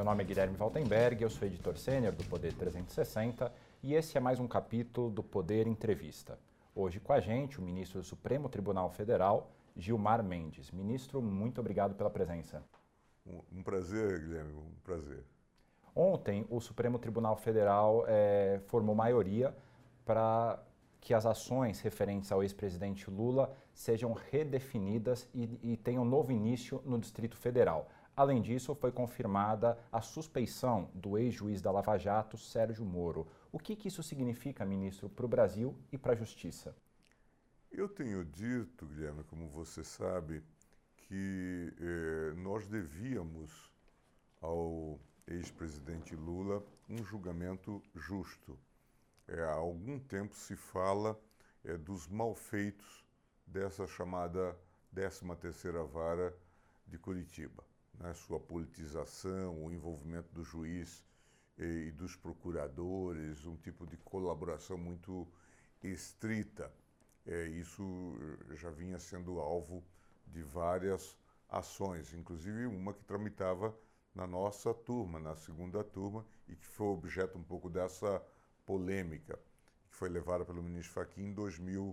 Meu nome é Guilherme Valtenberg, eu sou editor sênior do Poder 360 e esse é mais um capítulo do Poder Entrevista. Hoje com a gente o ministro do Supremo Tribunal Federal, Gilmar Mendes. Ministro, muito obrigado pela presença. Um prazer, Guilherme, um prazer. Ontem o Supremo Tribunal Federal formou maioria para que as ações referentes ao ex-presidente Lula sejam redefinidas e tenham novo início no Distrito Federal. Além disso, foi confirmada a suspeição do ex-juiz da Lava Jato, Sérgio Moro. O que isso significa, ministro, para o Brasil e para a Justiça? Eu tenho dito, Guilherme, como você sabe, que nós devíamos ao ex-presidente Lula um julgamento justo. Há algum tempo se fala dos malfeitos dessa chamada 13ª Vara de Curitiba, né? Sua politização, o envolvimento do juiz e dos procuradores, um tipo de colaboração muito estrita. Isso já vinha sendo alvo de várias ações, inclusive uma que tramitava na nossa turma, na segunda turma, e que foi objeto um pouco dessa polêmica, que foi levada pelo ministro Fachin em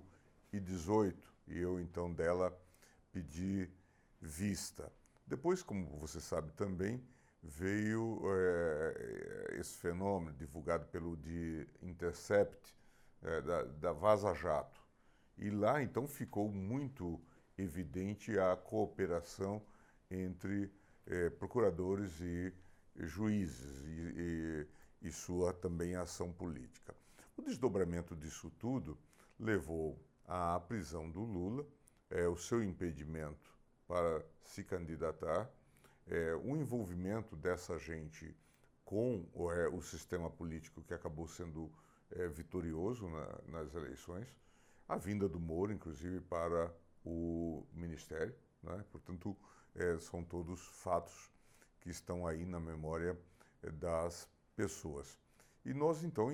2018, e eu então dela pedi vista. Depois, como você sabe também, veio esse fenômeno divulgado pelo The Intercept, da Vaza Jato. E lá então ficou muito evidente a cooperação entre procuradores e juízes e sua também ação política. O desdobramento disso tudo levou à prisão do Lula, o seu impedimento para se candidatar, o envolvimento dessa gente com o sistema político que acabou sendo vitorioso nas eleições, a vinda do Moro, inclusive, para o Ministério, né? Portanto, são todos fatos que estão aí na memória das pessoas. E nós, então,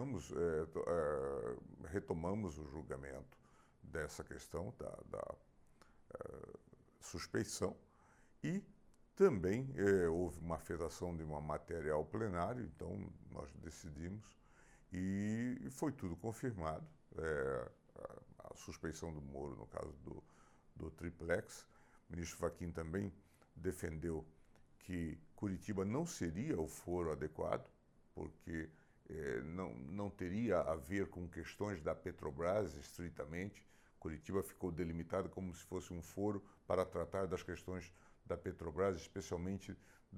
retomamos o julgamento dessa questão da suspeição e também houve uma afetação de uma matéria ao plenário, então nós decidimos e foi tudo confirmado. A suspeição do Moro, no caso do triplex. O ministro Fachin também defendeu que Curitiba não seria o foro adequado, porque não teria a ver com questões da Petrobras estritamente. Curitiba ficou delimitado como se fosse um foro para tratar das questões da Petrobras, especialmente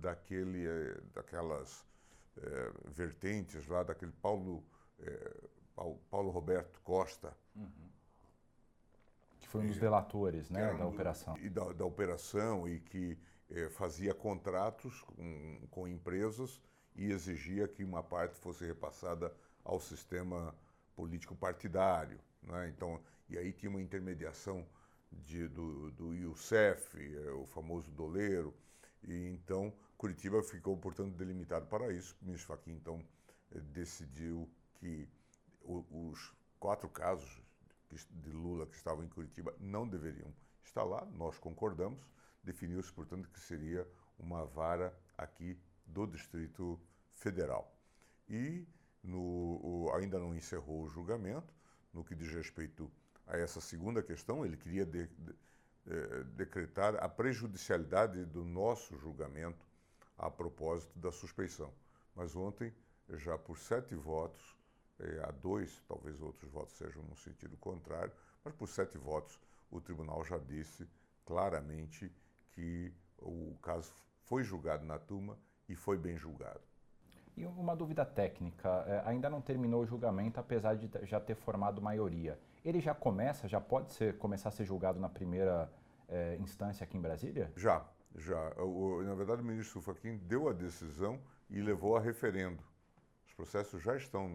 daquelas vertentes lá, daquele Paulo Roberto Costa. Uhum. Que foi um dos delatores, né, da operação. Da operação e que fazia contratos com empresas e exigia que uma parte fosse repassada ao sistema político partidário, né? Então, e aí tinha uma intermediação do Youssef, o famoso doleiro, e então Curitiba ficou, portanto, delimitado para isso. O ministro Fachin, então, decidiu que os 4 casos de Lula que estavam em Curitiba não deveriam estar lá, nós concordamos, definiu-se, portanto, que seria uma vara aqui do Distrito Federal. E ainda não encerrou o julgamento, no que diz respeito a essa segunda questão, ele queria decretar a prejudicialidade do nosso julgamento a propósito da suspeição. Mas ontem, já por 7 votos, a 2, talvez outros votos sejam no sentido contrário, mas por 7 votos o tribunal já disse claramente que o caso foi julgado na turma e foi bem julgado. E uma dúvida técnica, ainda não terminou o julgamento, apesar de já ter formado maioria. Ele já pode começar a ser julgado na primeira instância aqui em Brasília? Já. Na verdade, o ministro Fachin deu a decisão e levou a referendo. Os processos já estão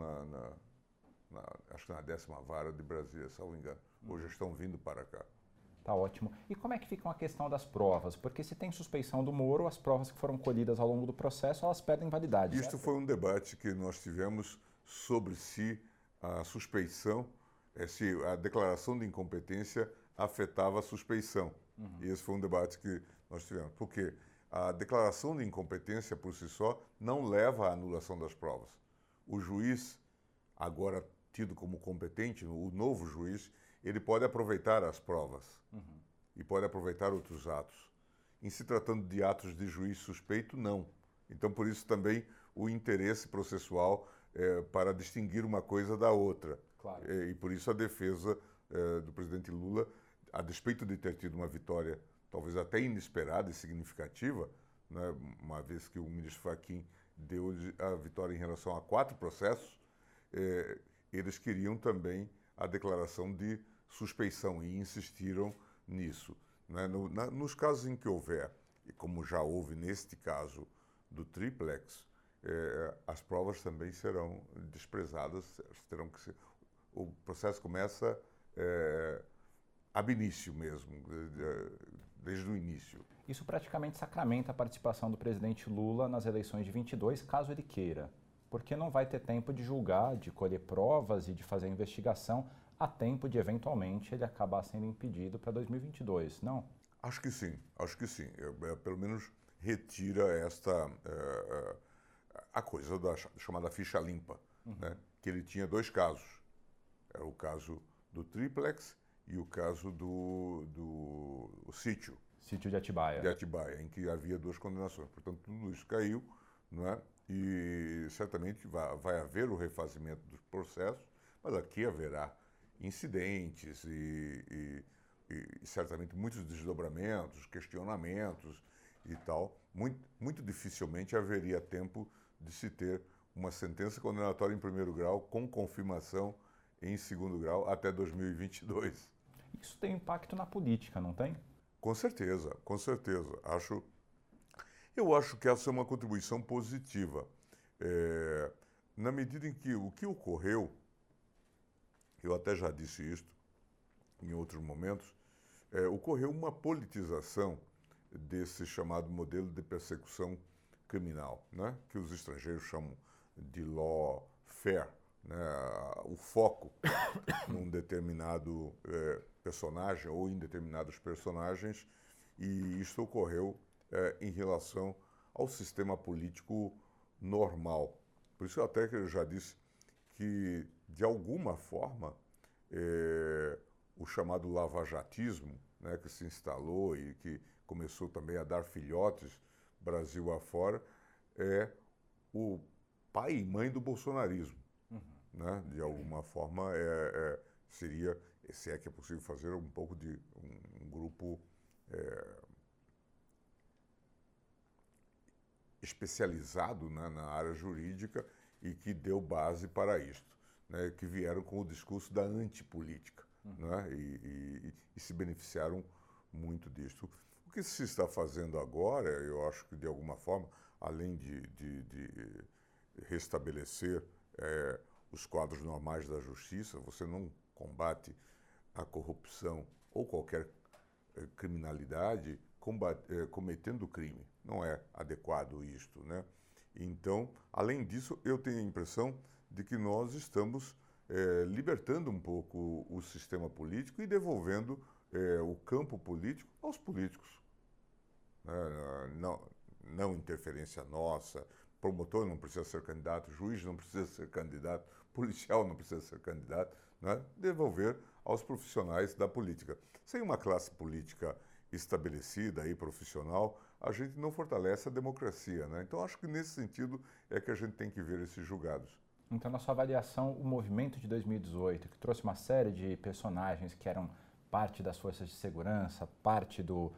acho que na 10ª Vara de Brasília, salvo engano. Hoje estão vindo para cá. Tá ótimo. E como é que fica a questão das provas? Porque se tem suspeição do Moro, as provas que foram colhidas ao longo do processo, elas perdem validade. Isto foi um debate que nós tivemos sobre se a suspeição, se a declaração de incompetência afetava a suspeição. Uhum. E esse foi um debate que nós tivemos. Porque a declaração de incompetência por si só não leva à anulação das provas. O juiz, agora tido como competente, o novo juiz, ele pode aproveitar as provas e pode aproveitar outros atos. Em se tratando de atos de juiz suspeito, não. Então, por isso também o interesse processual para distinguir uma coisa da outra. Claro. E por isso a defesa do presidente Lula, a despeito de ter tido uma vitória talvez até inesperada e significativa, né, uma vez que o ministro Fachin deu a vitória em relação a 4 processos, eles queriam também a declaração de suspeição e insistiram nisso. Né? Nos casos em que houver, e como já houve neste caso do triplex, as provas também serão desprezadas, terão que ser, o processo começa ab início mesmo, desde o início. Isso praticamente sacramenta a participação do presidente Lula nas eleições de 22, caso ele queira, porque não vai ter tempo de julgar, de colher provas e de fazer a investigação a tempo de, eventualmente, ele acabar sendo impedido para 2022, não? Acho que sim, acho que sim. Pelo menos retira a coisa da chamada ficha limpa, né? Que ele tinha 2 casos. Era o caso do triplex e o caso do sítio. Sítio de Atibaia. De Atibaia, em que havia 2 condenações. Portanto, tudo isso caiu, não é? E certamente vai haver o refazimento dos processos, mas aqui haverá incidentes e certamente muitos desdobramentos, questionamentos e tal. Muito dificilmente haveria tempo de se ter uma sentença condenatória em primeiro grau com confirmação em segundo grau até 2022. Isso tem impacto na política, não tem? Com certeza, com certeza. Eu acho que essa é uma contribuição positiva. Na medida em que o que ocorreu, eu até já disse isto em outros momentos, ocorreu uma politização desse chamado modelo de persecução criminal, né? Que os estrangeiros chamam de lawfare, né? O foco num determinado personagem ou em determinados personagens, e isso ocorreu em relação ao sistema político normal. Por isso até que eu já disse que, de alguma forma, o chamado lavajatismo, né, que se instalou e que começou também a dar filhotes Brasil afora, é o pai e mãe do bolsonarismo. Né? De alguma forma, seria, se é que é possível fazer, um pouco de um grupo especializado, né, na área jurídica e que deu base para isto, né, que vieram com o discurso da antipolítica, né, e se beneficiaram muito disto. O que se está fazendo agora, eu acho que de alguma forma, além de restabelecer os quadros normais da justiça, você não combate a corrupção ou qualquer criminalidade cometendo crime. Não é adequado isto, né? Então, além disso, eu tenho a impressão de que nós estamos libertando um pouco o sistema político e devolvendo o campo político aos políticos. Não interferência nossa, promotor não precisa ser candidato, juiz não precisa ser candidato, policial não precisa ser candidato, né? Devolver aos profissionais da política. Sem uma classe política estabelecida e profissional, a gente não fortalece a democracia, né? Então, acho que nesse sentido é que a gente tem que ver esses julgados. Então, na sua avaliação, o movimento de 2018, que trouxe uma série de personagens que eram parte das forças de segurança, parte do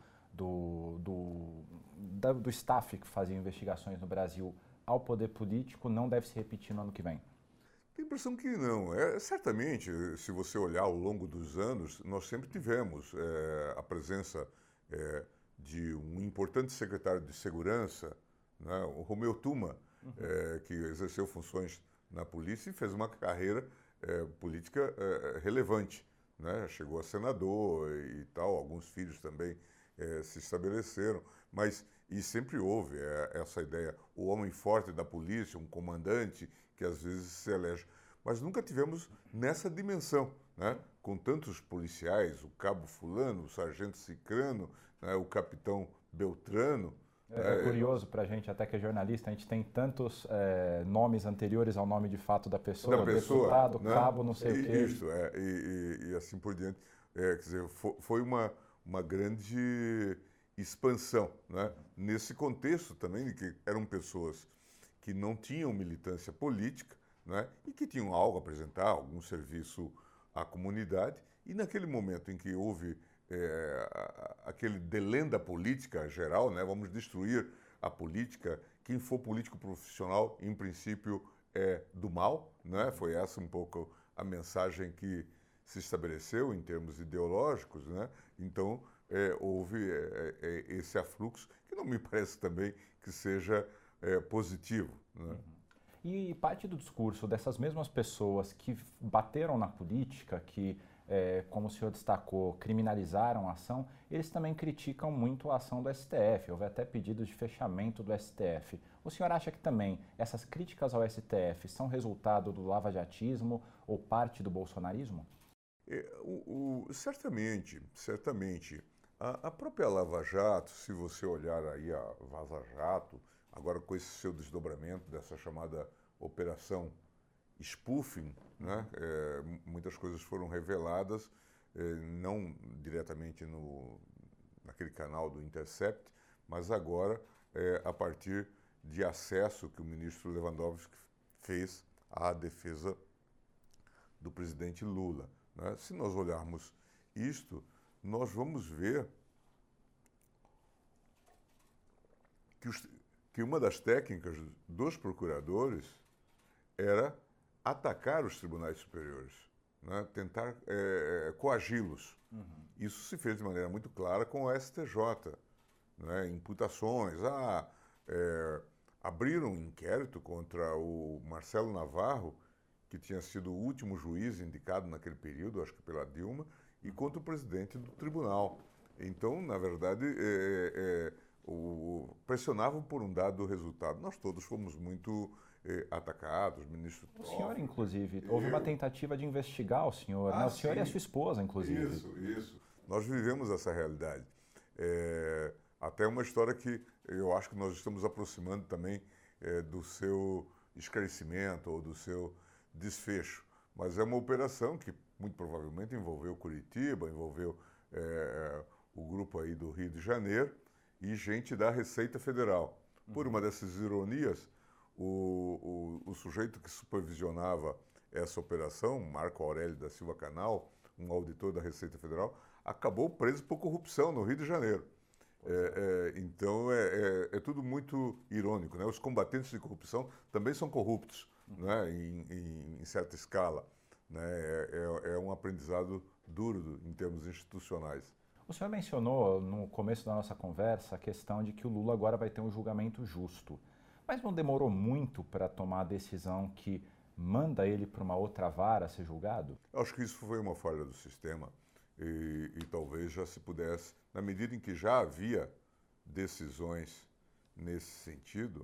staff que fazia investigações no Brasil ao poder político, não deve se repetir no ano que vem? Tenho a impressão que não. Certamente, se você olhar ao longo dos anos, nós sempre tivemos a presença de um importante secretário de segurança, né, o Romeu Tuma, que exerceu funções na polícia e fez uma carreira política relevante, né? Chegou a senador e tal, alguns filhos também se estabeleceram, e sempre houve essa ideia, o homem forte da polícia, um comandante que às vezes se elege, mas nunca tivemos nessa dimensão, né? Com tantos policiais, o cabo fulano, o sargento cicrano, né, o capitão Beltrano, É curioso para a gente, até que é jornalista, a gente tem tantos nomes anteriores ao nome de fato da pessoa, deputado, né? cabo, não sei o quê. Isso, e assim por diante. Quer dizer, foi uma grande expansão, né? Nesse contexto também, de que eram pessoas que não tinham militância política, né? E que tinham algo a apresentar, algum serviço à comunidade, e naquele momento em que houve aquele delém da política geral, né? Vamos destruir a política, quem for político profissional, em princípio, é do mal, né? Foi essa um pouco a mensagem que se estabeleceu em termos ideológicos, né? Então, houve esse afluxo, que não me parece também que seja positivo, né? E parte do discurso dessas mesmas pessoas que bateram na política, que, como o senhor destacou, criminalizaram a ação, eles também criticam muito a ação do STF. Houve até pedidos de fechamento do STF. O senhor acha que também essas críticas ao STF são resultado do lavajatismo ou parte do bolsonarismo? Certamente. A própria Lava Jato, se você olhar aí a Vaza Jato, agora com esse seu desdobramento dessa chamada Operação Spoofing, né? Muitas coisas foram reveladas, não diretamente naquele canal do Intercept, mas agora a partir de acesso que o ministro Lewandowski fez à defesa do presidente Lula, né? Se nós olharmos isto, nós vamos ver que uma das técnicas dos procuradores era atacar os tribunais superiores, né? Tentar coagi-los. Isso se fez de maneira muito clara com o STJ, né? Imputações. Abriram um inquérito contra o Marcelo Navarro, que tinha sido o último juiz indicado naquele período, acho que pela Dilma, e contra o presidente do tribunal. Então, na verdade, pressionavam por um dado resultado. Nós todos fomos muito atacados, ministro O senhor, inclusive, houve uma tentativa de investigar o senhor, né? O senhor e a sua esposa, inclusive. Isso. Nós vivemos essa realidade. Até uma história que eu acho que nós estamos aproximando também do seu esclarecimento ou do seu desfecho. Mas é uma operação que muito provavelmente envolveu Curitiba, envolveu o grupo aí do Rio de Janeiro e gente da Receita Federal. Por uma dessas ironias, o sujeito que supervisionava essa operação, Marco Aurélio da Silva Canal, um auditor da Receita Federal, acabou preso por corrupção no Rio de Janeiro. Então é tudo muito irônico, né? Os combatentes de corrupção também são corruptos, né? Em certa escala, né? É um aprendizado duro em termos institucionais. O senhor mencionou no começo da nossa conversa a questão de que o Lula agora vai ter um julgamento justo. Mas não demorou muito para tomar a decisão que manda ele para uma outra vara ser julgado? Acho que isso foi uma falha do sistema e talvez já se pudesse, na medida em que já havia decisões nesse sentido,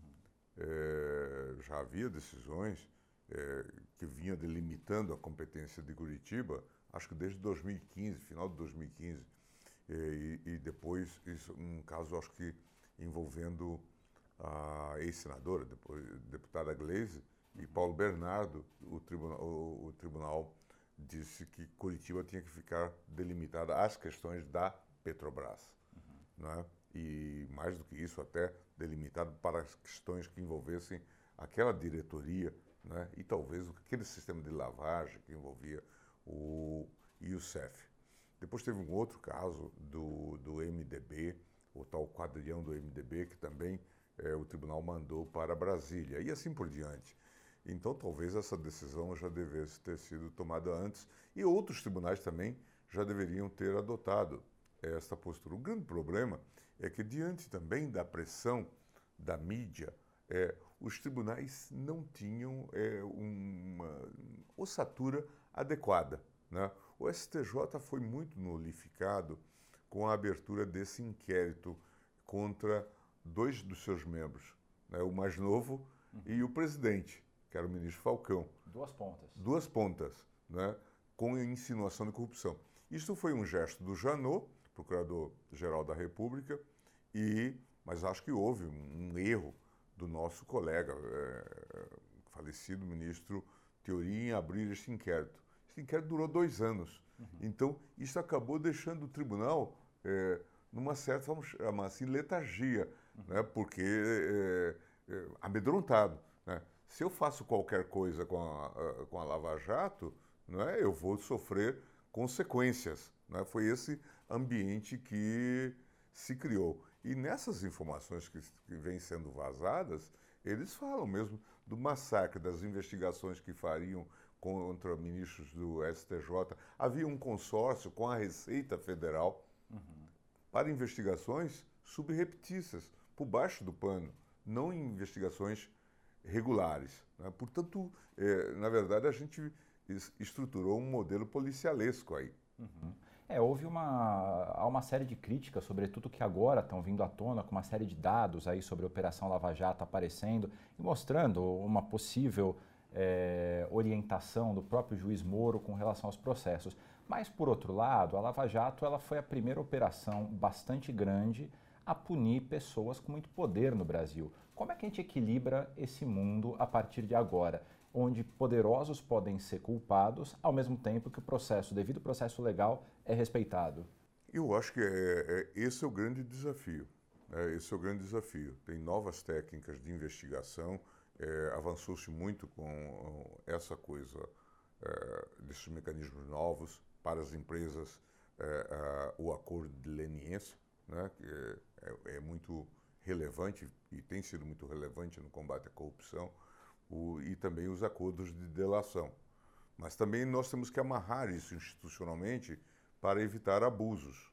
já havia decisões que vinham delimitando a competência de Curitiba, acho que desde 2015, final de 2015, e depois, isso, um caso acho que envolvendo a ex-senadora, depois deputada Gleisi e Paulo Bernardo, o tribunal disse que Curitiba tinha que ficar delimitada às questões da Petrobras, né? E mais do que isso, até delimitado para as questões que envolvessem aquela diretoria, né? E talvez aquele sistema de lavagem que envolvia o Youssef. Depois teve um outro caso do MDB, o tal quadrilhão do MDB, que também o tribunal mandou para Brasília, e assim por diante. Então, talvez essa decisão já devesse ter sido tomada antes, e outros tribunais também já deveriam ter adotado esta postura. O grande problema é que, diante também da pressão da mídia, os tribunais não tinham uma ossatura adequada, né? O STJ foi muito nullificado com a abertura desse inquérito contra dois dos seus membros, né? O mais novo e o presidente, que era o ministro Falcão. Duas pontas, né? Com insinuação de corrupção. Isto foi um gesto do Janot, procurador-geral da República, e mas acho que houve um erro do nosso colega, falecido ministro Teori, em abrir este inquérito. Esse inquérito durou 2 anos. Então, isso acabou deixando o tribunal numa certa, vamos chamar assim, letargia, né? Porque amedrontado. Né? Se eu faço qualquer coisa com a Lava Jato, né, eu vou sofrer consequências. Né? Foi esse ambiente que se criou. E nessas informações que vêm sendo vazadas, eles falam mesmo do massacre, das investigações que fariam contra ministros do STJ. Havia um consórcio com a Receita Federal para investigações subreptícias, por baixo do pano, não em investigações regulares. Né? Portanto, na verdade, a gente estruturou um modelo policialesco aí. Há uma série de críticas, sobretudo que agora estão vindo à tona, com uma série de dados aí sobre a Operação Lava Jato aparecendo e mostrando uma possível orientação do próprio juiz Moro com relação aos processos. Mas, por outro lado, a Lava Jato ela foi a primeira operação bastante grande a punir pessoas com muito poder no Brasil. Como é que a gente equilibra esse mundo a partir de agora, onde poderosos podem ser culpados, ao mesmo tempo que o devido processo legal é respeitado? Eu acho que esse é o grande desafio. Esse é o grande desafio. Tem novas técnicas de investigação, avançou-se muito com essa coisa desses mecanismos novos para as empresas, o acordo de leniência, né, que é muito relevante e tem sido muito relevante no combate à corrupção, e também os acordos de delação. Mas também nós temos que amarrar isso institucionalmente para evitar abusos,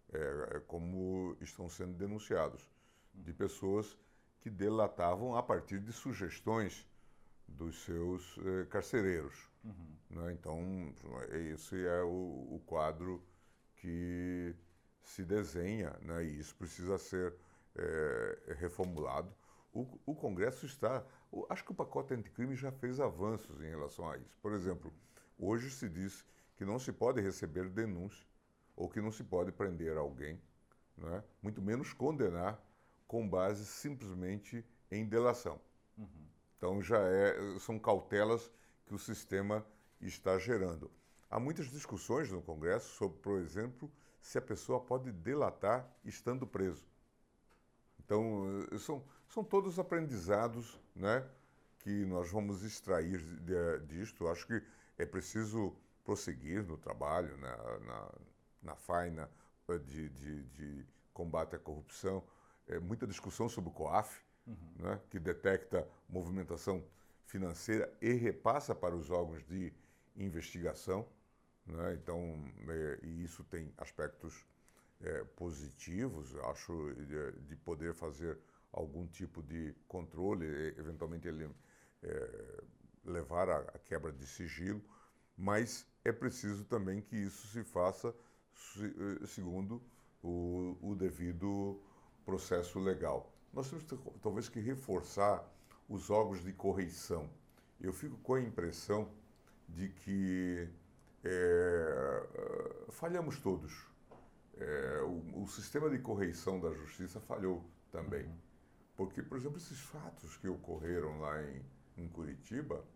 como estão sendo denunciados, de pessoas que delatavam a partir de sugestões dos seus carcereiros. Né? Então, esse é o quadro que se desenha, né? E isso precisa ser reformulado. O Congresso acho que o pacote anticrime já fez avanços em relação a isso. Por exemplo, hoje se diz que não se pode receber denúncia ou que não se pode prender alguém, né? Muito menos condenar com base simplesmente em delação. Então são cautelas que o sistema está gerando. Há muitas discussões no Congresso sobre, por exemplo, se a pessoa pode delatar estando preso. Então, são todos aprendizados, né, que nós vamos extrair disto. Acho que é preciso prosseguir no trabalho, né, na faina de combate à corrupção. Muita discussão sobre o COAF, né, que detecta movimentação financeira e repassa para os órgãos de investigação. Né? Então, e isso tem aspectos positivos, acho, de poder fazer algum tipo de controle, eventualmente ele levar à quebra de sigilo, mas é preciso também que isso se faça segundo o devido processo legal. Nós temos talvez que reforçar os órgãos de correição. Eu fico com a impressão de que falhamos todos. O sistema de correição da justiça falhou também. Porque, por exemplo, esses fatos que ocorreram lá em Curitiba,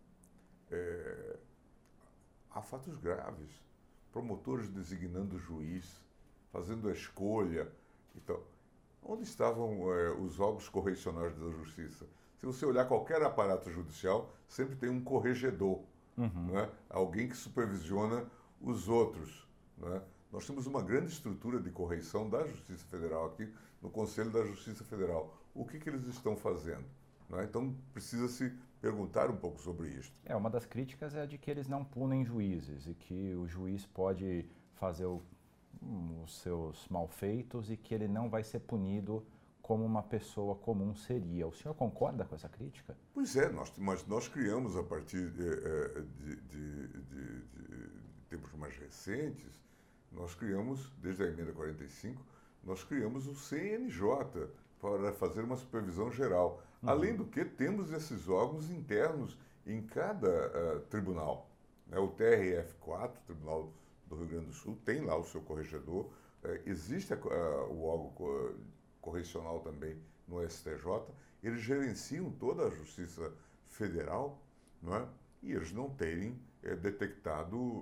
há fatos graves. Promotores designando juiz, fazendo a escolha. Então, onde estavam os órgãos correcionais da justiça? Se você olhar qualquer aparato judicial, sempre tem um corregedor, né? Alguém que supervisiona os outros. Né? Nós temos uma grande estrutura de correição da Justiça Federal aqui no Conselho da Justiça Federal. O que eles estão fazendo? Né? Então, precisa-se perguntar um pouco sobre isso. Uma das críticas é de que eles não punem juízes e que o juiz pode fazer os seus malfeitos e que ele não vai ser punido como uma pessoa comum seria. O senhor concorda com essa crítica? Pois é, mas nós criamos, a partir de tempos mais recentes, nós criamos, desde a emenda 45, nós criamos o CNJ para fazer uma supervisão geral. Além do que, temos esses órgãos internos em cada tribunal. Né? O TRF4, Tribunal do Rio Grande do Sul, tem lá o seu corregedor. Existe o órgão correcional também no STJ, eles gerenciam toda a Justiça Federal, não é? E eles não terem detectado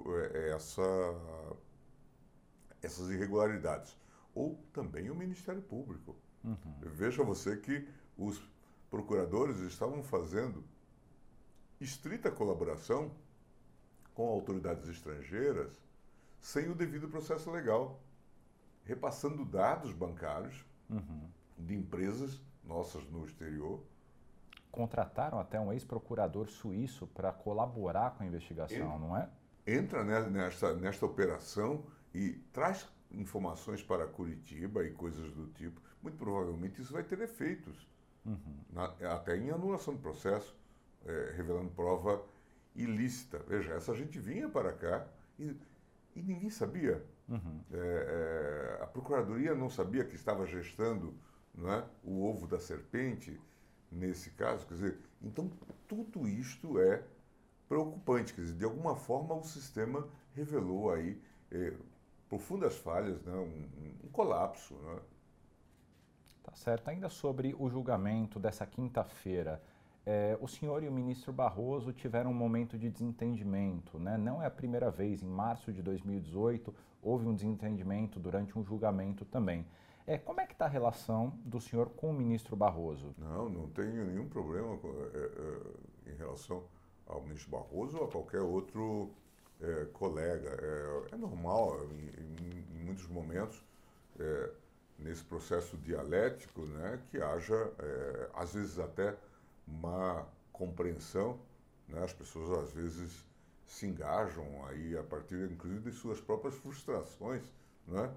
essas irregularidades. Ou também o Ministério Público. Veja você que os procuradores estavam fazendo estrita colaboração com autoridades estrangeiras sem o devido processo legal, repassando dados bancários de empresas nossas no exterior. Contrataram até um ex-procurador suíço para colaborar com a investigação, não é? Entra nesta operação e traz informações para Curitiba e coisas do tipo. Muito provavelmente isso vai ter efeitos, até em anulação do processo, revelando prova ilícita. Veja, essa gente vinha para cá e ninguém sabia. A Procuradoria não sabia que estava gestando, não é, o ovo da serpente, nesse caso. Quer dizer, então tudo isto é preocupante. Quer dizer, de alguma forma o sistema revelou aí profundas falhas, né, um colapso. Né? Tá certo. Ainda sobre o julgamento dessa quinta-feira, o senhor e o ministro Barroso tiveram um momento de desentendimento, né? Não é a primeira vez. Em março de 2018, houve um desentendimento durante um julgamento também. Como é que está a relação do senhor com o ministro Barroso? Não tenho nenhum problema em relação ao ministro Barroso ou a qualquer outro colega. É normal, em muitos momentos, nesse processo dialético, né, que haja, às vezes, até má compreensão, né? As pessoas, às vezes, se engajam aí a partir, inclusive, de suas próprias frustrações, né?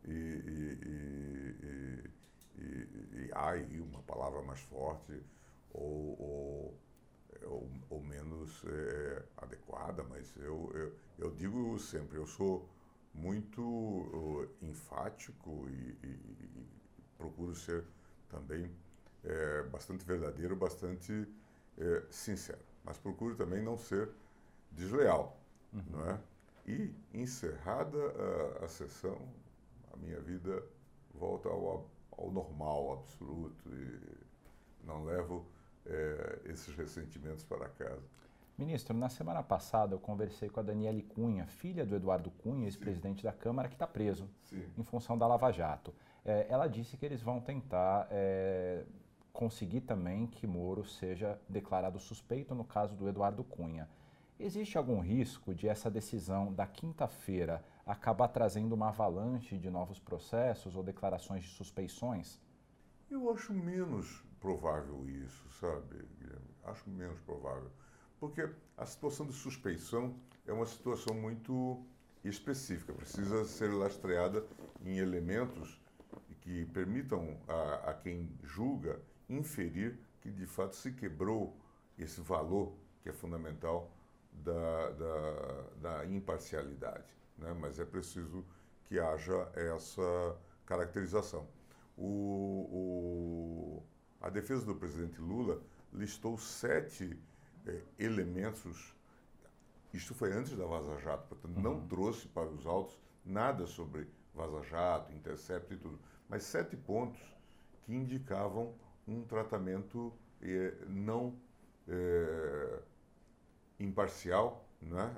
E há aí uma palavra mais forte ou menos adequada, mas eu digo sempre, eu sou muito enfático e procuro ser também bastante verdadeiro, bastante sincero, mas procuro também não ser desleal, não é? E encerrada a sessão, a minha vida volta ao normal absoluto e não levo esses ressentimentos para casa. Ministro, na semana passada eu conversei com a Daniele Cunha, filha do Eduardo Cunha, ex-presidente da Câmara, que está preso em função da Lava Jato. Ela disse que eles vão tentar conseguir também que Moro seja declarado suspeito no caso do Eduardo Cunha. Existe algum risco de essa decisão da quinta-feira acabar trazendo uma avalanche de novos processos ou declarações de suspeições? Eu acho menos provável isso, sabe, Guilherme? Acho menos provável. Porque a situação de suspeição é uma situação muito específica, precisa ser lastreada em elementos que permitam a quem julga inferir que de fato se quebrou esse valor que é fundamental da imparcialidade, né? Mas é preciso que haja essa caracterização. A defesa do presidente Lula listou 7 elementos, isto foi antes da Vaza Jato, portanto não trouxe para os autos nada sobre Vaza Jato, Intercept e tudo, mas 7 pontos que indicavam um tratamento não imparcial, né?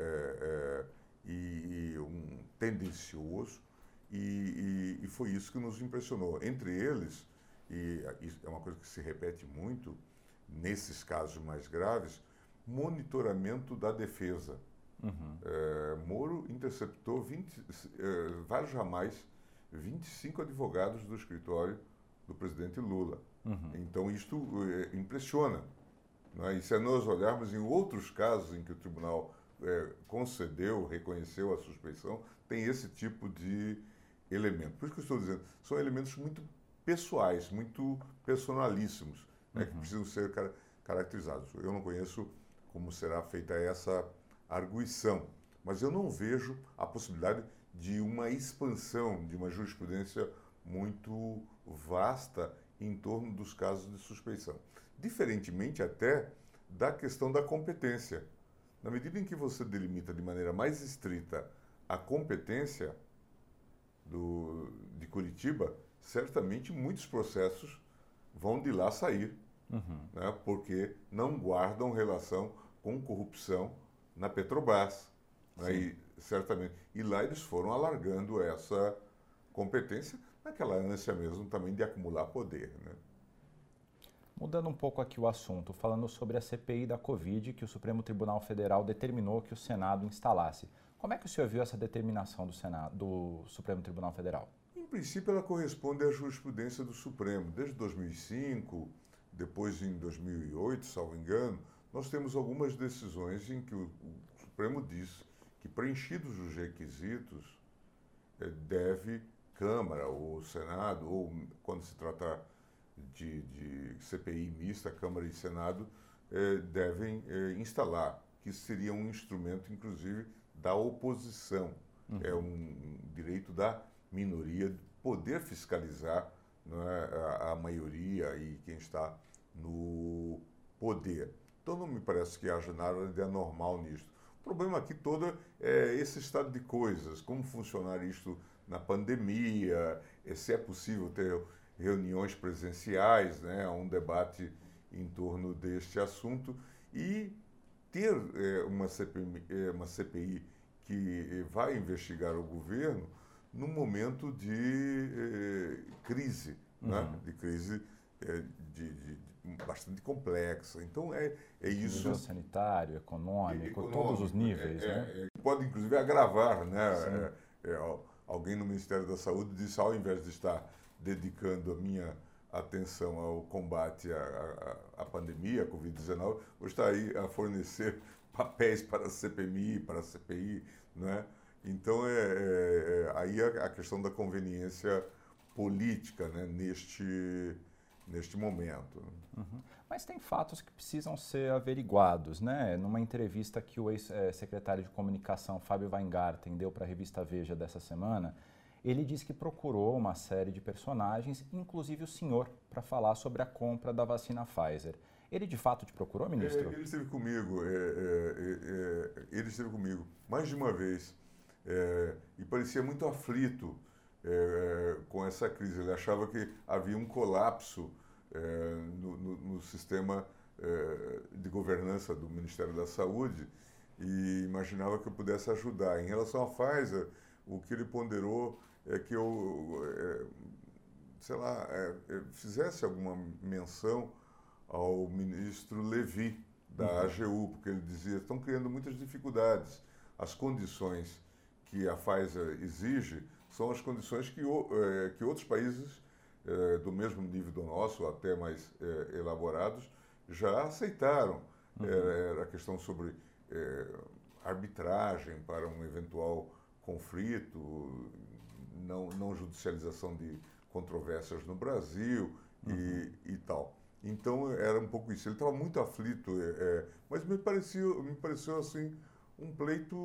E um tendencioso, e foi isso que nos impressionou. Entre eles, e isso é uma coisa que se repete muito nesses casos mais graves, monitoramento da defesa. Moro interceptou vários ramais, 25 advogados do escritório do presidente Lula. Então, isto impressiona. Não é? E se nós olharmos em outros casos em que o tribunal concedeu, reconheceu a suspeição, tem esse tipo de elemento. Por isso que eu estou dizendo, são elementos muito pessoais, muito personalíssimos, né, que precisam ser caracterizados. Eu não conheço como será feita essa arguição, mas eu não vejo a possibilidade de uma expansão de uma jurisprudência muito vasta em torno dos casos de suspeição. Diferentemente até da questão da competência. Na medida em que você delimita de maneira mais estrita a competência de Curitiba, certamente muitos processos vão de lá sair, né, porque não guardam relação com corrupção na Petrobras. Né, e, certamente. E lá eles foram alargando essa competência naquela ânsia mesmo também de acumular poder. Né? Mudando um pouco aqui o assunto, falando sobre a CPI da Covid, que o Supremo Tribunal Federal determinou que o Senado instalasse. Como é que o senhor viu essa determinação do Supremo Tribunal Federal? Em princípio, ela corresponde à jurisprudência do Supremo. Desde 2005, depois em 2008, salvo engano, nós temos algumas decisões em que o Supremo diz que, preenchidos os requisitos, deve Câmara ou Senado, ou quando se tratar de CPI mista, Câmara e Senado, devem instalar, que seria um instrumento, inclusive, da oposição. É um direito da minoria poder fiscalizar, não é, a maioria e quem está no poder. Então não me parece que haja nada de anormal nisto. O problema aqui todo é esse estado de coisas, como funcionar isto na pandemia, se é possível ter reuniões presenciais, né, um debate em torno deste assunto e ter uma CPI que vai investigar o governo num momento de crise, né? De crise bastante complexa. Então isso. Nível sanitário, econômico, todos os níveis, né? Pode inclusive agravar, né? Alguém no Ministério da Saúde disse, ao invés de estar dedicando a minha atenção ao combate à pandemia, à Covid-19, vou estar aí a fornecer papéis para a CPMI, para a CPI, né? Então, aí a questão da conveniência política, né, neste momento. Mas tem fatos que precisam ser averiguados, né? Numa entrevista que o ex-secretário de Comunicação, Fábio Weingarten, deu para a revista Veja dessa semana, ele disse que procurou uma série de personagens, inclusive o senhor, para falar sobre a compra da vacina Pfizer. Ele de fato te procurou, ministro? Ele esteve comigo, ele esteve comigo mais de uma vez e parecia muito aflito com essa crise. Ele achava que havia um colapso no sistema de governança do Ministério da Saúde e imaginava que eu pudesse ajudar. Em relação à Pfizer, o que ele ponderou é que eu, fizesse alguma menção ao ministro Levi, da AGU, porque ele dizia, estão criando muitas dificuldades. As condições que a Pfizer exige são as condições que outros países do mesmo nível do nosso, até mais elaborados, já aceitaram. Era a questão sobre arbitragem para um eventual conflito, não judicialização de controvérsias no Brasil e tal. Então era um pouco isso. Ele estava muito aflito, mas me pareceu assim um pleito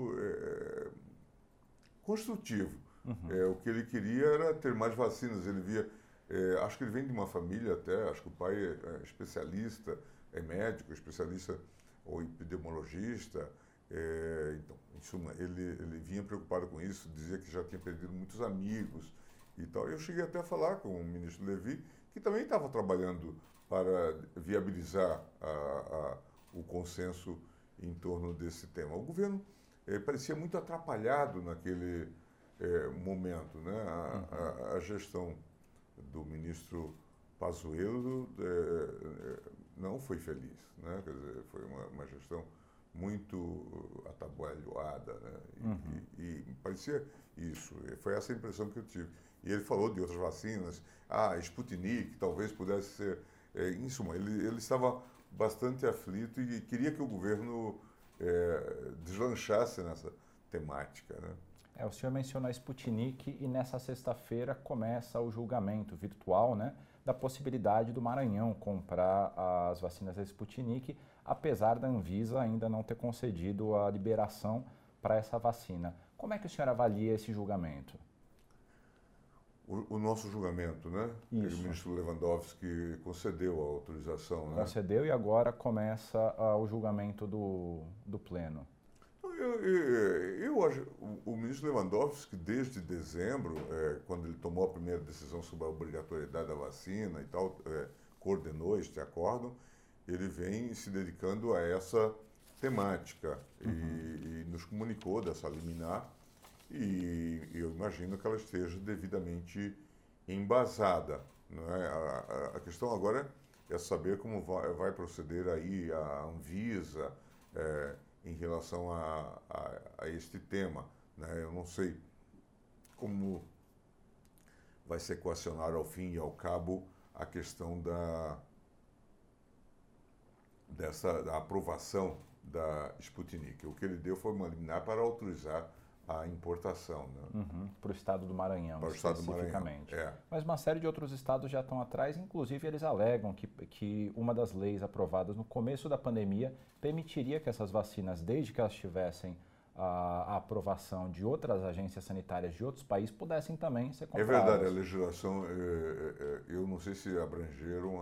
construtivo. O que ele queria era ter mais vacinas. Ele via, acho que ele vem de uma família até, acho que o pai é especialista, é médico, especialista ou epidemiologista. Então, em suma, ele vinha preocupado com isso, dizia que já tinha perdido muitos amigos e tal. Eu cheguei até a falar com o ministro Levi, que também estava trabalhando para viabilizar o consenso em torno desse tema. O governo parecia muito atrapalhado naquele momento, né? A gestão do ministro Pazuello não foi feliz, né? Quer dizer, foi uma gestão muito atabalhoada, né? E parecia isso. Foi essa a impressão que eu tive. E ele falou de outras vacinas, Sputnik, talvez pudesse ser. Em suma, ele estava bastante aflito e queria que o governo deslanchasse nessa temática, né? O senhor mencionou a Sputnik e nessa sexta-feira começa o julgamento virtual, né, da possibilidade do Maranhão comprar as vacinas da Sputnik, apesar da Anvisa ainda não ter concedido a liberação para essa vacina. Como é que o senhor avalia esse julgamento? O nosso julgamento, né? Isso. O ministro Lewandowski concedeu a autorização, né? Concedeu e agora começa o julgamento do Pleno. O ministro Lewandowski, desde dezembro, quando ele tomou a primeira decisão sobre a obrigatoriedade da vacina e tal, coordenou este acórdão, ele vem se dedicando a essa temática e nos comunicou dessa liminar e eu imagino que ela esteja devidamente embasada. Não é? A questão agora é saber como vai proceder aí a Anvisa em relação a este tema. Né? Eu não sei como vai se equacionar ao fim e ao cabo a questão da aprovação da Sputnik. O que ele deu foi uma liminar para autorizar a importação. Né? Para o estado do Maranhão, para o estado do Maranhão, especificamente. Mas uma série de outros estados já estão atrás, inclusive eles alegam que uma das leis aprovadas no começo da pandemia permitiria que essas vacinas, desde que elas tivessem a aprovação de outras agências sanitárias de outros países, pudessem também ser compradas. É verdade, a legislação, eu não sei se abrangeram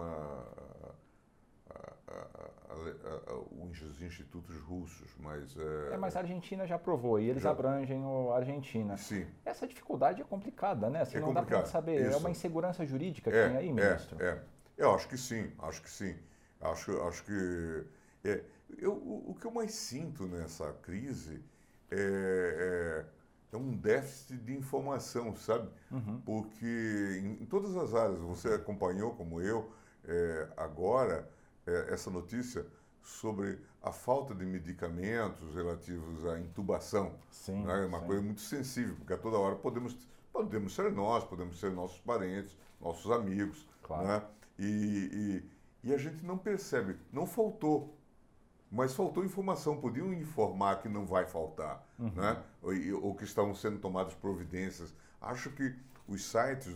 os institutos russos, mas... Mas a Argentina já aprovou e eles abrangem a Argentina. Sim. Essa dificuldade é complicada, né? Assim, não dá para saber. Isso. É uma insegurança jurídica que tem aí, ministro? Eu acho que sim, acho que sim. Acho que... o que eu mais sinto nessa crise é um déficit de informação, sabe? Porque em todas as áreas, você acompanhou, como eu, agora, essa notícia sobre a falta de medicamentos relativos à intubação. Sim, né? É uma coisa muito sensível, porque a toda hora podemos ser nós, podemos ser nossos parentes, nossos amigos. Claro. Né? E a gente não percebe, não faltou. Mas faltou informação, podiam informar que não vai faltar, né? ou que estão sendo tomadas providências. Acho que os sites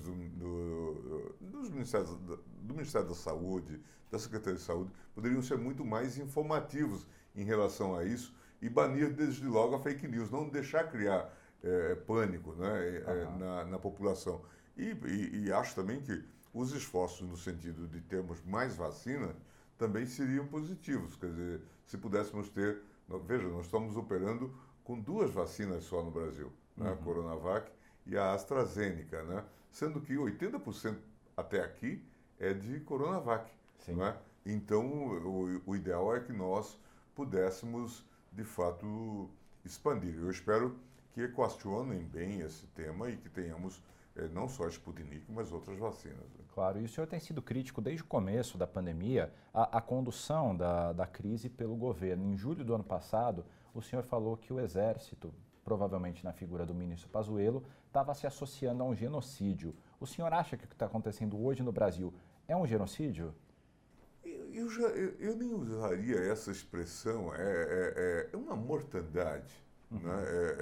do Ministério da Saúde, da Secretaria de Saúde, poderiam ser muito mais informativos em relação a isso e banir desde logo a fake news, não deixar criar pânico, né? na população. E acho também que os esforços no sentido de termos mais vacina também seriam positivos. Quer dizer, se pudéssemos ter... Veja, nós estamos operando com 2 vacinas só no Brasil, né? A Coronavac e a AstraZeneca, né? Sendo que 80% até aqui é de Coronavac. Né? Então, o ideal é que nós pudéssemos, de fato, expandir. Eu espero que equacionem bem esse tema e que tenhamos não só a Sputnik, mas outras vacinas. Claro, e o senhor tem sido crítico desde o começo da pandemia, a condução da crise pelo governo. Em julho do ano passado, o senhor falou que o Exército, provavelmente na figura do ministro Pazuello, estava se associando a um genocídio. O senhor acha que o que está acontecendo hoje no Brasil é um genocídio? Eu nem usaria essa expressão, é uma mortandade. Né?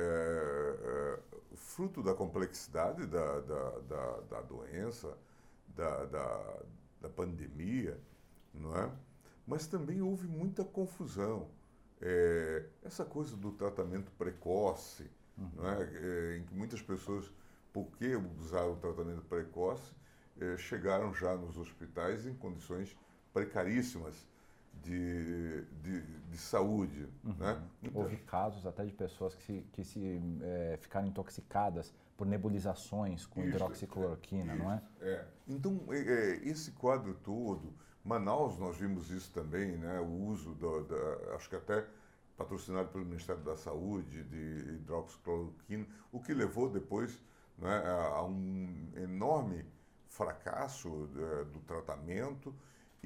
Fruto da complexidade da doença, da pandemia, não é? Mas também houve muita confusão. Essa coisa do tratamento precoce, não é? Em que muitas pessoas, porque usaram o tratamento precoce, chegaram já nos hospitais em condições precaríssimas de saúde. Né? Houve casos até de pessoas que ficaram intoxicadas por nebulizações com hidroxicloroquina, não é? Então, esse quadro todo, Manaus nós vimos isso também, né? O uso, acho que até patrocinado pelo Ministério da Saúde, de hidroxicloroquina, o que levou depois, né, a um enorme fracasso do tratamento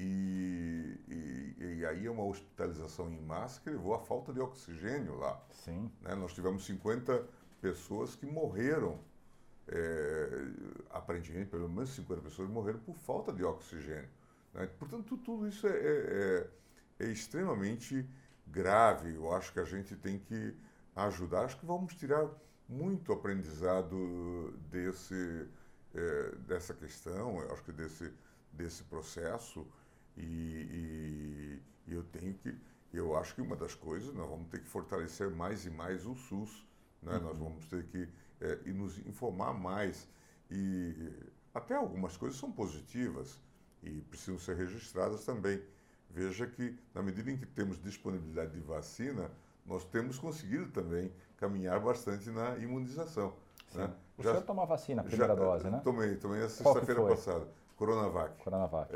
e aí uma hospitalização em massa que levou à falta de oxigênio lá. Sim. Né? Nós tivemos 50 pessoas que morreram, aparentemente pelo menos 50 pessoas morreram por falta de oxigênio. Né? Portanto, tudo isso é extremamente grave. Eu acho que a gente tem que ajudar. Acho que vamos tirar muito aprendizado dessa questão, eu acho que desse processo. E eu acho que uma das coisas, nós vamos ter que fortalecer mais e mais o SUS, né? Nós vamos ter que nos informar mais. E até algumas coisas são positivas e precisam ser registradas também. Veja que, na medida em que temos disponibilidade de vacina, nós temos conseguido também caminhar bastante na imunização. Né? O senhor tomou a vacina, a primeira dose, né? Tomei essa sexta-feira passada, Coronavac. Coronavac.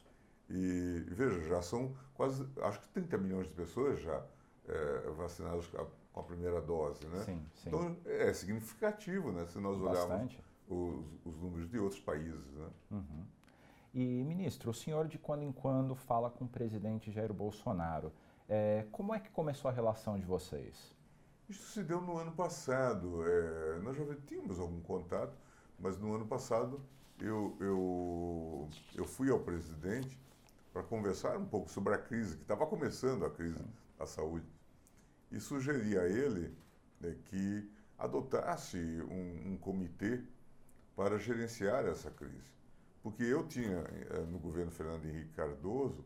E veja, já são quase, acho que 30 milhões de pessoas já vacinadas com a primeira dose, né? Sim. Então é significativo, né? Se nós olharmos os números de outros países, né? Uhum. E, ministro, o senhor de quando em quando fala com o presidente Jair Bolsonaro. Como é que começou a relação de vocês? Isso se deu no ano passado. Nós já tínhamos algum contato, mas no ano passado eu fui ao presidente para conversar um pouco sobre a crise, que estava começando a crise da saúde, e sugeri a ele que adotasse um comitê para gerenciar essa crise. Porque eu tinha, no governo Fernando Henrique Cardoso,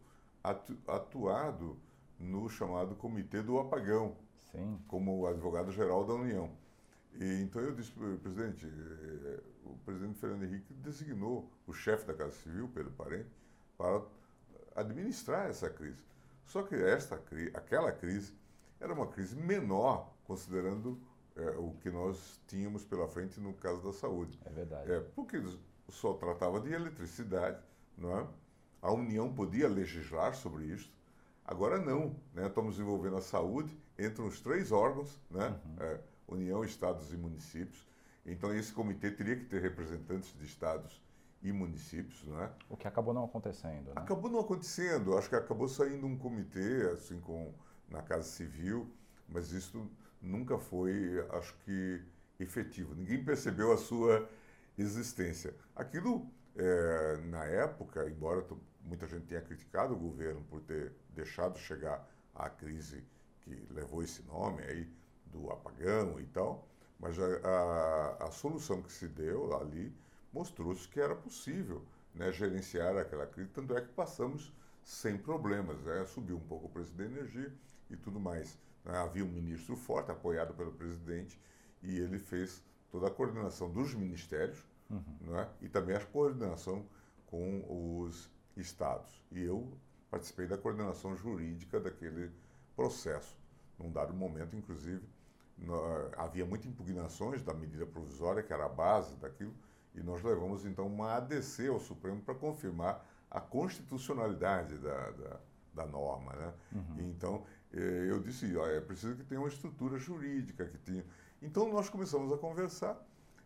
atuado no chamado Comitê do Apagão, como advogado-geral da União. E então eu disse para o presidente, o presidente Fernando Henrique designou o chefe da Casa Civil, Pedro Parente, para administrar essa crise. Só que aquela crise era uma crise menor, considerando o que nós tínhamos pela frente no caso da saúde. É verdade. Porque só tratava de eletricidade, não é? A União podia legislar sobre isso. Agora não, né? Estamos desenvolvendo a saúde entre os 3 órgãos, né? União, estados e municípios. Então esse comitê teria que ter representantes de estados e municípios, não é? O que acabou não acontecendo, né? Acabou não acontecendo. Acho que acabou saindo um comitê, assim, na Casa Civil, mas isso nunca foi, acho que, efetivo. Ninguém percebeu a sua existência. Aquilo, na época, embora muita gente tenha criticado o governo por ter deixado chegar à crise que levou esse nome aí, do apagão e tal, mas a solução que se deu ali mostrou-se que era possível, né, gerenciar aquela crise, tanto é que passamos sem problemas, né? Subiu um pouco o preço da energia e tudo mais. Né? Havia um ministro forte, apoiado pelo presidente, e ele fez toda a coordenação dos ministérios, né? E também a coordenação com os estados. E eu participei da coordenação jurídica daquele processo. Num dado momento, inclusive, havia muitas impugnações da medida provisória, que era a base daquilo, e nós levamos, então, uma ADC ao Supremo para confirmar a constitucionalidade da norma, né? E, então, eu disse, é preciso que tenha uma estrutura jurídica, que tenha... Então, nós começamos a conversar.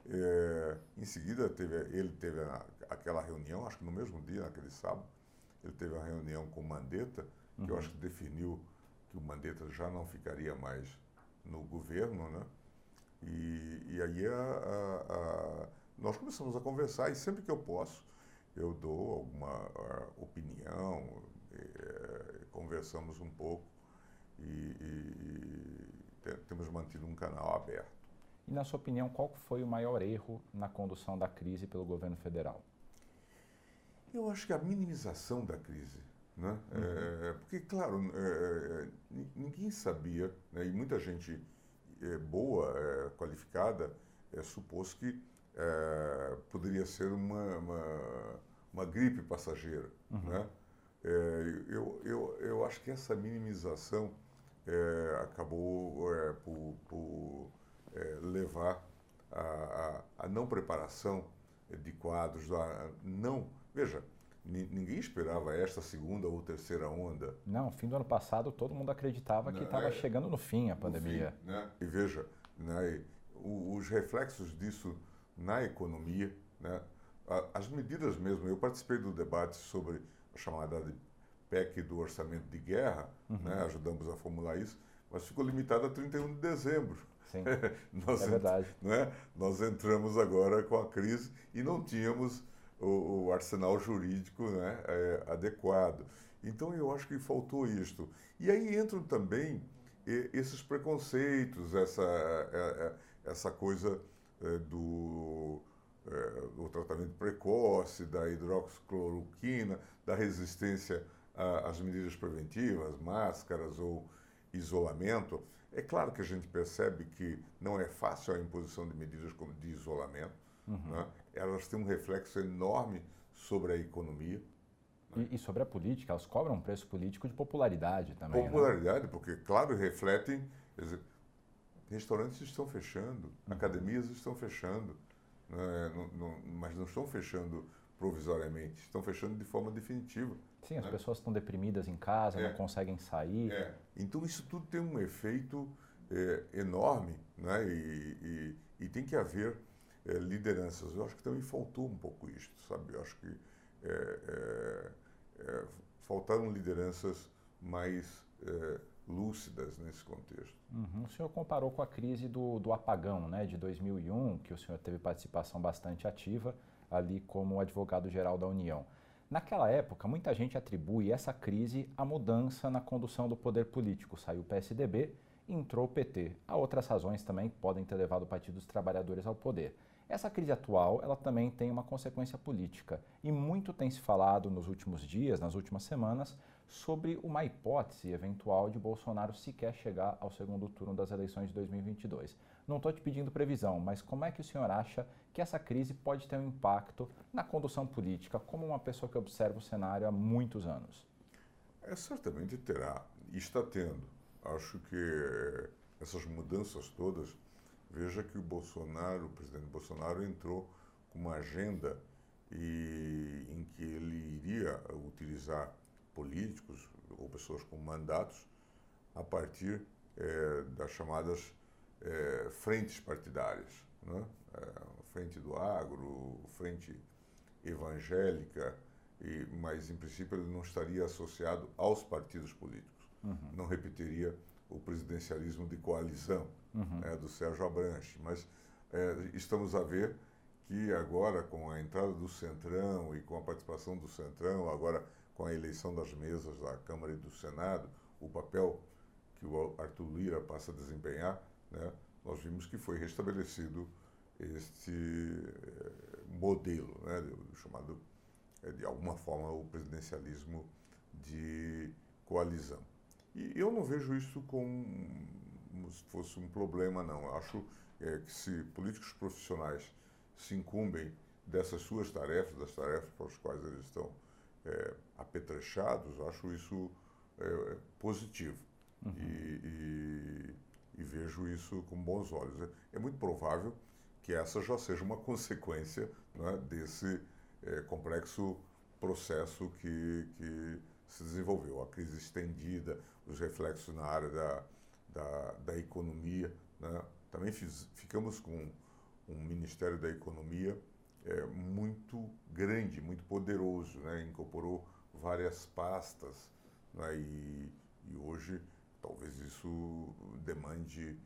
Em seguida, ele teve aquela reunião, acho que no mesmo dia, naquele sábado, ele teve a reunião com o Mandetta, que eu acho que definiu que o Mandetta já não ficaria mais no governo, né? E aí nós começamos a conversar, e sempre que eu posso, eu dou alguma opinião, conversamos um pouco e temos mantido um canal aberto. E, na sua opinião, qual foi o maior erro na condução da crise pelo governo federal? Eu acho que a minimização da crise, né? Porque, claro, ninguém sabia, né? E muita gente boa, qualificada, supôs que poderia ser uma gripe passageira, né? Eu acho que essa minimização acabou por levar a não preparação de quadros, veja, ninguém esperava esta segunda ou terceira onda. Não, fim do ano passado todo mundo acreditava que estava chegando no fim a pandemia. Fim, né? E veja, né, os reflexos disso na economia, né, as medidas mesmo. Eu participei do debate sobre a chamada de PEC do orçamento de guerra, né, ajudamos a formular isso, mas ficou limitado a 31 de dezembro. Sim, é verdade. Né? Nós entramos agora com a crise e não tínhamos o arsenal jurídico, né, adequado. Então, eu acho que faltou isto. E aí entram também esses preconceitos, essa coisa do tratamento precoce, da hidroxicloroquina, da resistência às medidas preventivas, máscaras ou isolamento. É claro que a gente percebe que não é fácil a imposição de medidas como de isolamento, né? Elas têm um reflexo enorme sobre a economia. Né? E sobre a política, elas cobram um preço político de popularidade também. Popularidade, né? Porque, claro, refletem Quer dizer, restaurantes estão fechando, academias estão fechando, né, mas não estão fechando provisoriamente, estão fechando de forma definitiva. Sim, as pessoas estão deprimidas em casa, não conseguem sair. Então isso tudo tem um efeito enorme, né? E tem que haver lideranças. Eu acho que também faltou um pouco isso, sabe? Eu acho que faltaram lideranças mais lúcidas nesse contexto. O senhor comparou com a crise do apagão, né, de 2001, que o senhor teve participação bastante ativa ali como advogado-geral da União. Naquela época, muita gente atribui essa crise à mudança na condução do poder político. Saiu o PSDB e entrou o PT. Há outras razões também que podem ter levado o Partido dos Trabalhadores ao poder. Essa crise atual, ela também tem uma consequência política. E muito tem se falado nos últimos dias, nas últimas semanas, sobre uma hipótese eventual de Bolsonaro sequer chegar ao segundo turno das eleições de 2022. Não estou te pedindo previsão, mas como é que o senhor acha que essa crise pode ter um impacto na condução política, como uma pessoa que observa o cenário há muitos anos? Certamente terá, e está tendo. Acho que essas mudanças todas, veja que o presidente Bolsonaro entrou com uma agenda em que ele iria utilizar políticos ou pessoas com mandatos a partir das chamadas frentes partidárias, né? Frente do agro, frente evangélica, mas em princípio ele não estaria associado aos partidos políticos. Não repetiria o presidencialismo de coalizão do Sérgio Abranches, mas estamos a ver que agora com a entrada do Centrão e com a participação do Centrão, agora com a eleição das mesas da Câmara e do Senado, o papel que o Arthur Lira passa a desempenhar, né, nós vimos que foi restabelecido este modelo, né, chamado, de alguma forma, o presidencialismo de coalizão. E eu não vejo isso como se fosse um problema, não. Eu acho que se políticos profissionais se incumbem dessas suas tarefas, das tarefas para as quais eles estão apetrechados, acho isso positivo. E vejo isso com bons olhos. É muito provável que essa já seja uma consequência, né, desse complexo processo que se desenvolveu. A crise estendida, os reflexos na área da economia, né? Também ficamos com um Ministério da Economia muito grande, muito poderoso, né? Incorporou várias pastas, né? E hoje talvez isso demande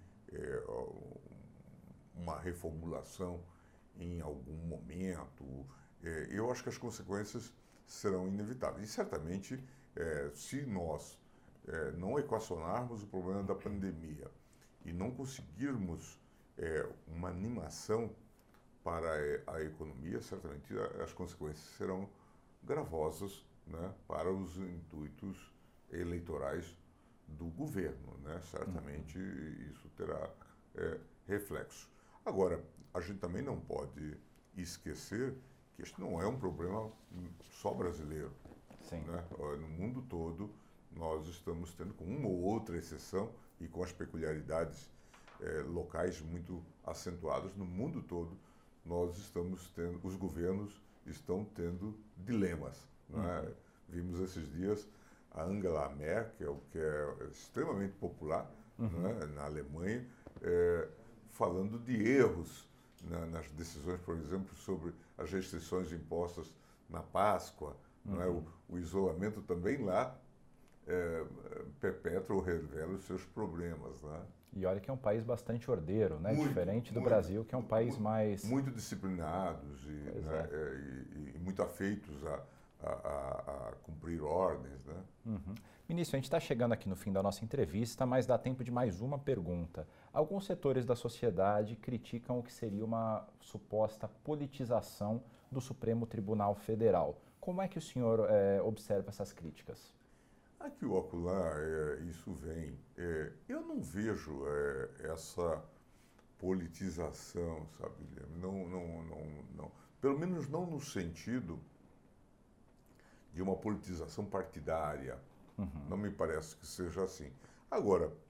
uma reformulação em algum momento. Eu acho que as consequências serão inevitáveis. E certamente, se nós não equacionarmos o problema da pandemia e não conseguirmos uma animação para a economia, certamente as consequências serão gravosas, né, para os intuitos eleitorais do governo, né? Certamente isso terá reflexo. Agora, a gente também não pode esquecer que este não é um problema só brasileiro. Sim. Né? No mundo todo, nós estamos tendo, com uma ou outra exceção e com as peculiaridades locais muito acentuadas, no mundo todo, nós estamos tendo, os governos estão tendo dilemas. Né? Vimos esses dias a Angela Merkel, que é extremamente popular, né, na Alemanha, falando de erros nas decisões, por exemplo, sobre as restrições impostas na Páscoa, não é? O isolamento também lá perpetua ou revela os seus problemas. Né? E olha que é um país bastante ordeiro, né? Muito, diferente do muito, Brasil, que é um país mais... Muito disciplinados e muito afeitos a cumprir ordens. Né? Ministro, a gente está chegando aqui no fim da nossa entrevista, mas dá tempo de mais uma pergunta. Alguns setores da sociedade criticam o que seria uma suposta politização do Supremo Tribunal Federal. Como é que o senhor observa essas críticas? Aqui o ocular, isso vem. Eu não vejo essa politização, sabe, Guilherme? Não. Pelo menos não no sentido de uma politização partidária. Não me parece que seja assim. Agora,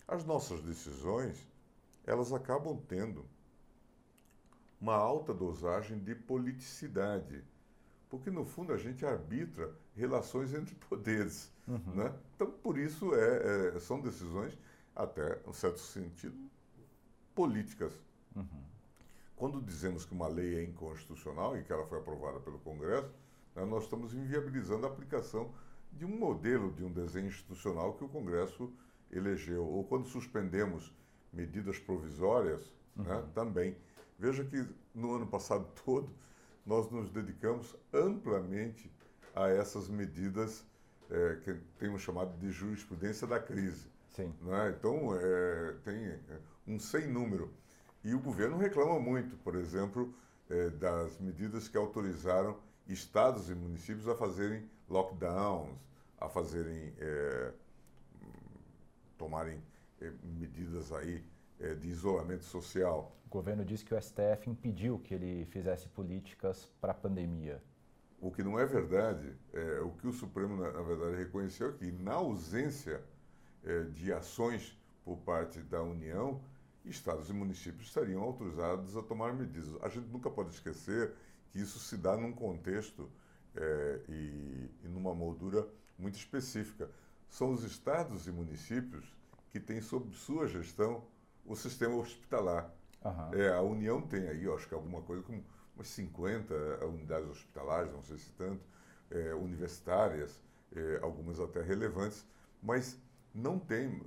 As nossas decisões, elas acabam tendo uma alta dosagem de politicidade, porque no fundo a gente arbitra relações entre poderes, né? Então, por isso são decisões, até em certo sentido, políticas. Quando dizemos que uma lei é inconstitucional e que ela foi aprovada pelo Congresso, né, nós estamos inviabilizando a aplicação de um modelo, de um desenho institucional que o Congresso elegeu. Ou quando suspendemos medidas provisórias, né, também. Veja que no ano passado todo nós nos dedicamos amplamente a essas medidas que temos chamado de jurisprudência da crise. Sim. Né? Então, tem um sem número. E o governo reclama muito, por exemplo, das medidas que autorizaram estados e municípios a fazerem lockdowns, a fazerem, tomarem medidas aí de isolamento social. O governo disse que o STF impediu que ele fizesse políticas para a pandemia. O que não é verdade, o que o Supremo, na verdade, reconheceu é que, na ausência de ações por parte da União, estados e municípios estariam autorizados a tomar medidas. A gente nunca pode esquecer que isso se dá num contexto e numa moldura muito específica. São os estados e municípios que têm sob sua gestão o sistema hospitalar. A União tem aí, acho que alguma coisa como umas 50 unidades hospitalares, não sei se tanto, universitárias, algumas até relevantes, mas não tem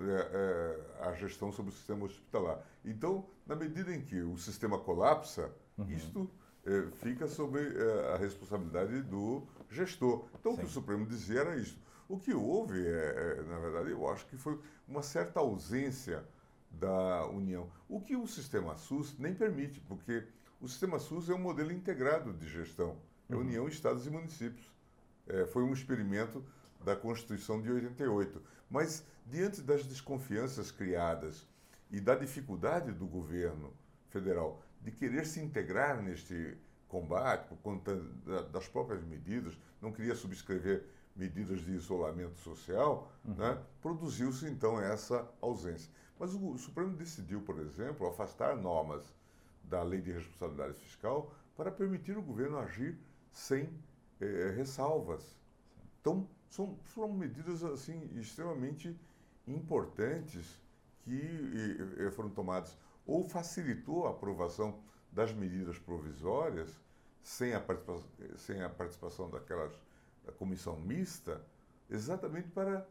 a gestão sobre o sistema hospitalar. Então, na medida em que o sistema colapsa, isto fica sob a responsabilidade do gestor. Então, Sim. O que o Supremo dizia era isso. O que houve, na verdade, eu acho que foi uma certa ausência da União. O que o sistema SUS nem permite, porque o sistema SUS é um modelo integrado de gestão. É União, Estados e Municípios. Foi um experimento da Constituição de 88. Mas, diante das desconfianças criadas e da dificuldade do governo federal de querer se integrar neste combate, por conta das próprias medidas, não queria subscrever medidas de isolamento social, né, produziu-se, então, essa ausência. Mas o Supremo decidiu, por exemplo, afastar normas da Lei de Responsabilidade Fiscal para permitir o governo agir sem ressalvas. Então, foram medidas assim extremamente importantes que foram tomadas. Ou facilitou a aprovação das medidas provisórias sem a participação da comissão mista, exatamente para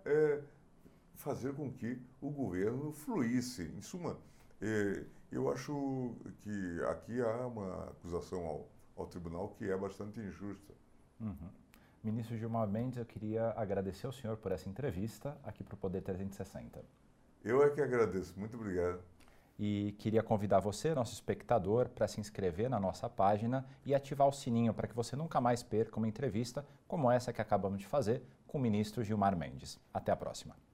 fazer com que o governo fluísse. Em suma, eu acho que aqui há uma acusação ao tribunal que é bastante injusta. Ministro Gilmar Mendes, eu queria agradecer ao senhor por essa entrevista aqui para o Poder 360. Eu é que agradeço. Muito obrigado. E queria convidar você, nosso espectador, para se inscrever na nossa página e ativar o sininho para que você nunca mais perca uma entrevista como essa que acabamos de fazer com o ministro Gilmar Mendes. Até a próxima.